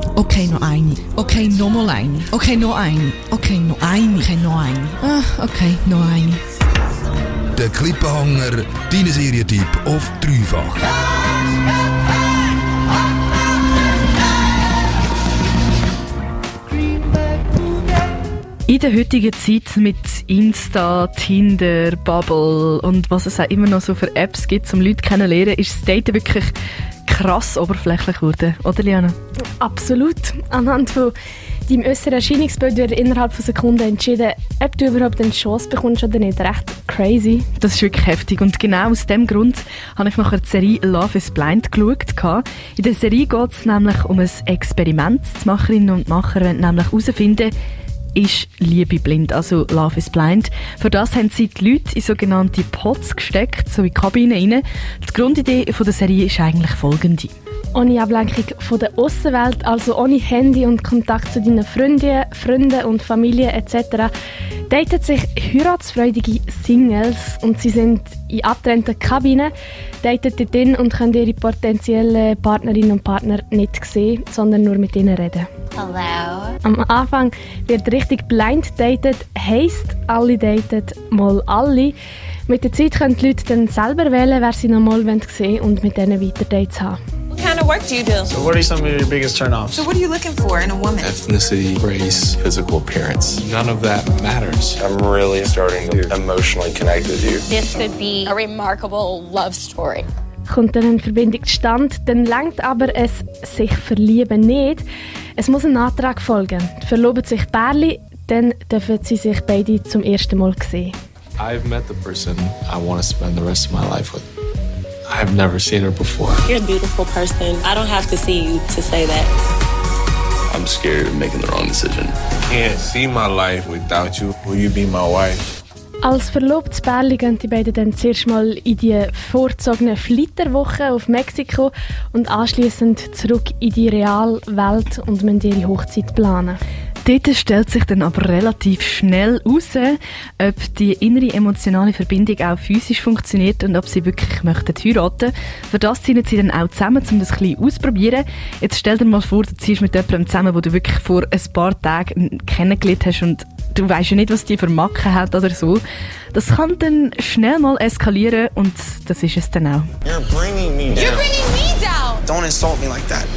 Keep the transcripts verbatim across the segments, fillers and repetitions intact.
Okay, noch eine. Okay, noch mal eine. Okay, noch eine. Okay, noch eine. Okay, noch eine. Ah, okay, noch eine. Der Klippenhanger, dein Serientipp auf dreifach. In der heutigen Zeit mit Insta, Tinder, Bubble und was es auch immer noch so für Apps gibt, um Leute kennenzulernen, ist das Daten wirklich krass oberflächlich geworden, oder Liana? Absolut. Anhand von deinem äußeren Erscheinungsbild wird innerhalb von Sekunden entschieden, ob du überhaupt eine Chance bekommst oder nicht. Recht crazy. Das ist wirklich heftig und genau aus diesem Grund habe ich nachher die Serie Love is Blind geschaut. In der Serie geht es nämlich um ein Experiment. Die Macherinnen und Macher wollen nämlich herausfinden, ist Liebe blind, also Love is Blind. Für das haben sie die Leute in sogenannte Pods gesteckt, so in Kabinen rein. Die Grundidee von der Serie ist eigentlich folgende. Ohne Ablenkung von der Aussenwelt, also ohne Handy und Kontakt zu deinen Freunden, Freunden und Familie et cetera, daten sich heiratsfreudige Singles und sie sind in abgetrennten Kabinen, daten dort drin und können ihre potenziellen Partnerinnen und Partner nicht sehen, sondern nur mit ihnen reden. Hello. Am Anfang wird richtig blind datet, heisst, alle daten mal alle. Mit der Zeit können die Leute dann selber wählen, wer sie noch mal sehen wollen und mit denen weiter Dates haben. What kind of work do you do? So what are some of your biggest turn-offs? So what are you looking for in a woman? Ethnicity, race, physical appearance. None of that matters. I'm really starting to emotionally connect with you. This could be a remarkable love story. Kommt dann eine Verbindung zustande, dann langt aber es sich verlieben nicht. Es muss ein Antrag folgen. Verloben sich Pärchen, dann dürfen sie sich beide zum ersten Mal sehen. I've met the person I want to spend the rest of my life with. I've never seen her before. You're a beautiful person. I don't have to see you to say that. I'm scared of making the wrong decision. Can't see my life without you. Will you be my wife? Als verlobtes Pärchen gehen die beiden dann zuerst mal in die vorzogene Flitterwoche auf Mexiko und anschliessend zurück in die reale Welt und müssen ihre Hochzeit planen. Dort stellt sich dann aber relativ schnell heraus, ob die innere emotionale Verbindung auch physisch funktioniert und ob sie wirklich möchten heiraten. Für das ziehen sie dann auch zusammen, um das ein bisschen auszuprobieren. Jetzt stell dir mal vor, du ziehst mit jemandem zusammen, den du wirklich vor ein paar Tagen kennengelernt hast und du weisst ja nicht, was die für Macken hat oder so. Das kann dann schnell mal eskalieren und das ist es dann auch. You're bringing me down. You're bringing me down! Don't insult me like that.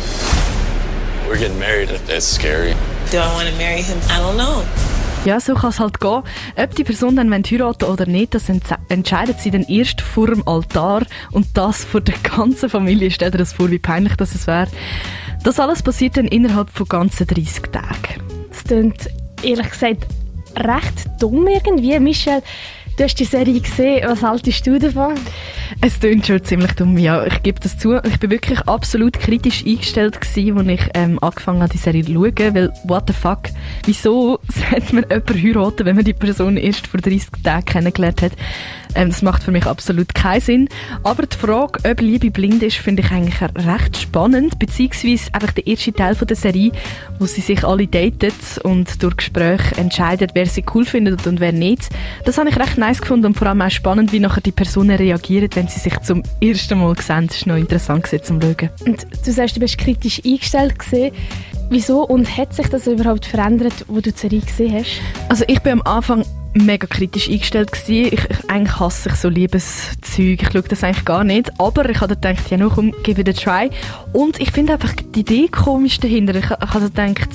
We're getting married. That's scary. Do I want to marry him? I don't know. Ja, so kann es halt gehen. Ob die Person dann heiraten oder nicht, das entscheidet sie dann erst vor dem Altar und das vor der ganzen Familie. Stell dir das vor, wie peinlich das es wäre. Das alles passiert dann innerhalb von ganzen dreißig Tagen. Das klingt, ehrlich gesagt, recht dumm irgendwie. Michelle, du hast die Serie gesehen. Was haltest du davon? Es klingt schon ziemlich dumm, ja. Ich gebe das zu. Ich bin wirklich absolut kritisch eingestellt gewesen, als ich ähm, angefangen habe, die Serie zu schauen. Weil, what the fuck? Wieso sollte man jemanden heiraten, wenn man die Person erst vor dreißig Tagen kennengelernt hat? Ähm, das macht für mich absolut keinen Sinn. Aber die Frage, ob Liebe blind ist, finde ich eigentlich recht spannend. Beziehungsweise einfach der erste Teil von der Serie, wo sie sich alle daten und durch Gespräche entscheiden, wer sie cool findet und wer nicht. Das habe ich recht nice gefunden und vor allem auch spannend, wie nachher die Personen reagieren, wenn sie sich zum ersten Mal sehen. Das ist noch interessant zum Schauen. Und du sagst, du bist kritisch eingestellt gewesen. Wieso und hat sich das überhaupt verändert, wo du die Serie gesehen hast? Also ich bin am Anfang mega kritisch eingestellt gewesen. Ich, ich eigentlich hasse ich so Liebeszeug. Ich schaue das eigentlich gar nicht. Aber ich habe gedacht, ja, no, komm, give it a try. Und ich finde einfach die Idee komisch dahinter. Ich, ich habe gedacht,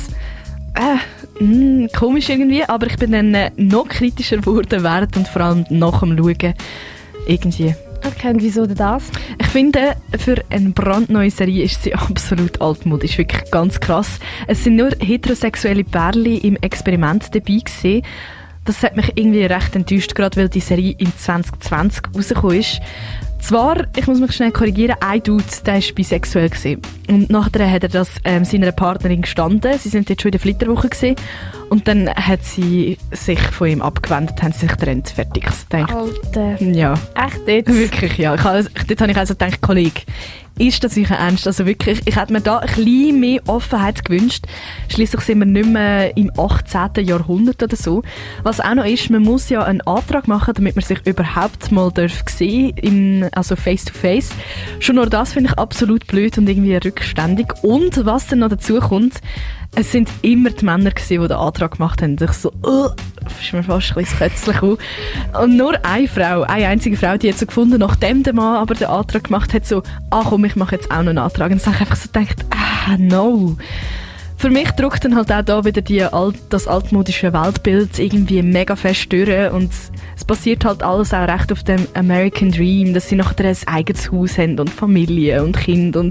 äh, mh, komisch irgendwie. Aber ich bin dann äh, noch kritischer geworden während und vor allem nach dem Schauen. Irgendwie. Okay, und wieso denn das? Ich finde, für eine brandneue Serie ist sie absolut altmodisch. Wirklich ganz krass. Es sind nur heterosexuelle Pärchen im Experiment dabei gewesen. Das hat mich irgendwie recht enttäuscht, gerade weil die Serie im zwanzig zwanzig rausgekommen ist. Zwar, ich muss mich schnell korrigieren, ein Dude, der war bisexuell gewesen. Und nachher hat er das ähm, seiner Partnerin gestanden. Sie sind jetzt schon in der Flitterwoche gewesen. Und dann hat sie sich von ihm abgewendet, haben sie sich getrennt, fertig. Also, Alter. Ja. Echt jetzt? Wirklich, ja. Ich habe, dort habe ich also gedacht, Kollege, ist das sicher ernst. Also wirklich, ich hätte mir da ein bisschen mehr Offenheit gewünscht. Schliesslich sind wir nicht mehr im achtzehnten Jahrhundert oder so. Was auch noch ist, man muss ja einen Antrag machen, damit man sich überhaupt mal darf sehen, im, also face to face. Schon nur das finde ich absolut blöd und irgendwie rückständig. Und was dann noch dazu kommt, es sind immer die Männer gewesen, die den Antrag gemacht haben. Ich so, uh, ist mir fast ein bisschen Kötzchen gekommen. Und nur eine Frau, eine einzige Frau, die hat so gefunden, nachdem der Mann aber den Antrag gemacht hat, so, ah komm, ich mache jetzt auch noch einen Antrag. Und dann habe ich einfach so gedacht, ah, no. Für mich drückt dann halt auch da wieder die alt, das altmodische Weltbild irgendwie mega fest durch. Und es basiert halt alles auch recht auf dem American Dream, dass sie nachher ein eigenes Haus haben und Familie und Kind und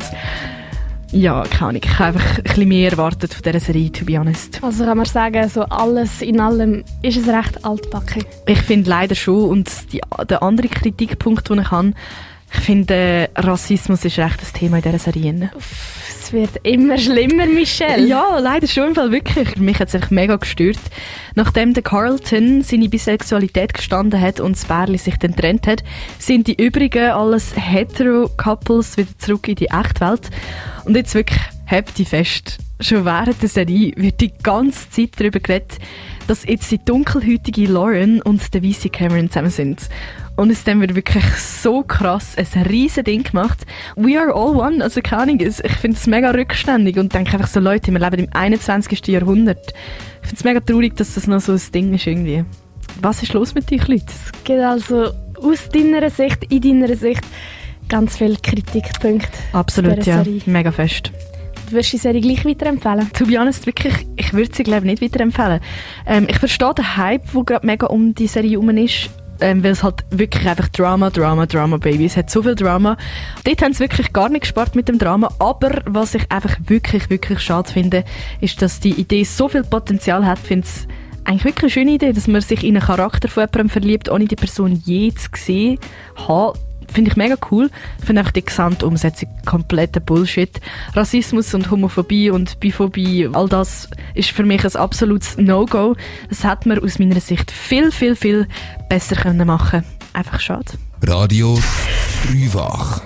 ja, keine Ahnung. Ich habe einfach ein bisschen mehr erwartet von dieser Serie, to be honest. Also kann man sagen, so alles in allem ist es recht altbacken. Ich finde leider schon. Und die, der andere Kritikpunkt, den ich habe, ich finde, Rassismus ist recht das Thema in dieser Serie. Es wird immer schlimmer, Michelle. Ja, leider schon im Fall wirklich. Mich hat es einfach mega gestört. Nachdem der Carlton seine Bisexualität gestanden hat und das Bärli sich dann getrennt hat, sind die übrigen alles Hetero-Couples wieder zurück in die Echtwelt. Und jetzt wirklich, habt die fest. Schon während der Serie wird die ganze Zeit darüber geredet, dass jetzt die dunkelhäutige Lauren und der weisse Cameron zusammen sind. Und es dann wird wirklich so krass ein riesen Ding gemacht. We are all one. Also keine Ahnung, ich finde es mega rückständig und denke einfach so, Leute, wir leben im einundzwanzigsten Jahrhundert. Ich finde es mega traurig, dass das noch so ein Ding ist irgendwie. Was ist los mit euch, Leute? Es gibt also aus deiner Sicht, in deiner Sicht, ganz viele Kritikpunkte. Absolut, ja. Serie. Mega fest. Du würdest die Serie gleich weiterempfehlen? To be honest, wirklich, ich würde sie glaube ich nicht weiterempfehlen. Ähm, ich verstehe den Hype, der gerade mega um die Serie herum ist. Ähm, weil es halt wirklich einfach Drama, Drama, Drama, Baby. Es hat so viel Drama. Dort haben sie wirklich gar nicht gespart mit dem Drama. Aber was ich einfach wirklich, wirklich schade finde, ist, dass die Idee so viel Potenzial hat. Ich finde es eigentlich wirklich eine schöne Idee, dass man sich in einen Charakter von jemandem verliebt, ohne die Person je zu sehen hat. Finde ich mega cool. Ich finde einfach die gesamte Umsetzung kompletter Bullshit. Rassismus und Homophobie und Biphobie, all das ist für mich ein absolutes No-Go. Das hätte man aus meiner Sicht viel, viel, viel besser können machen. Einfach schade. Radio Dreifach.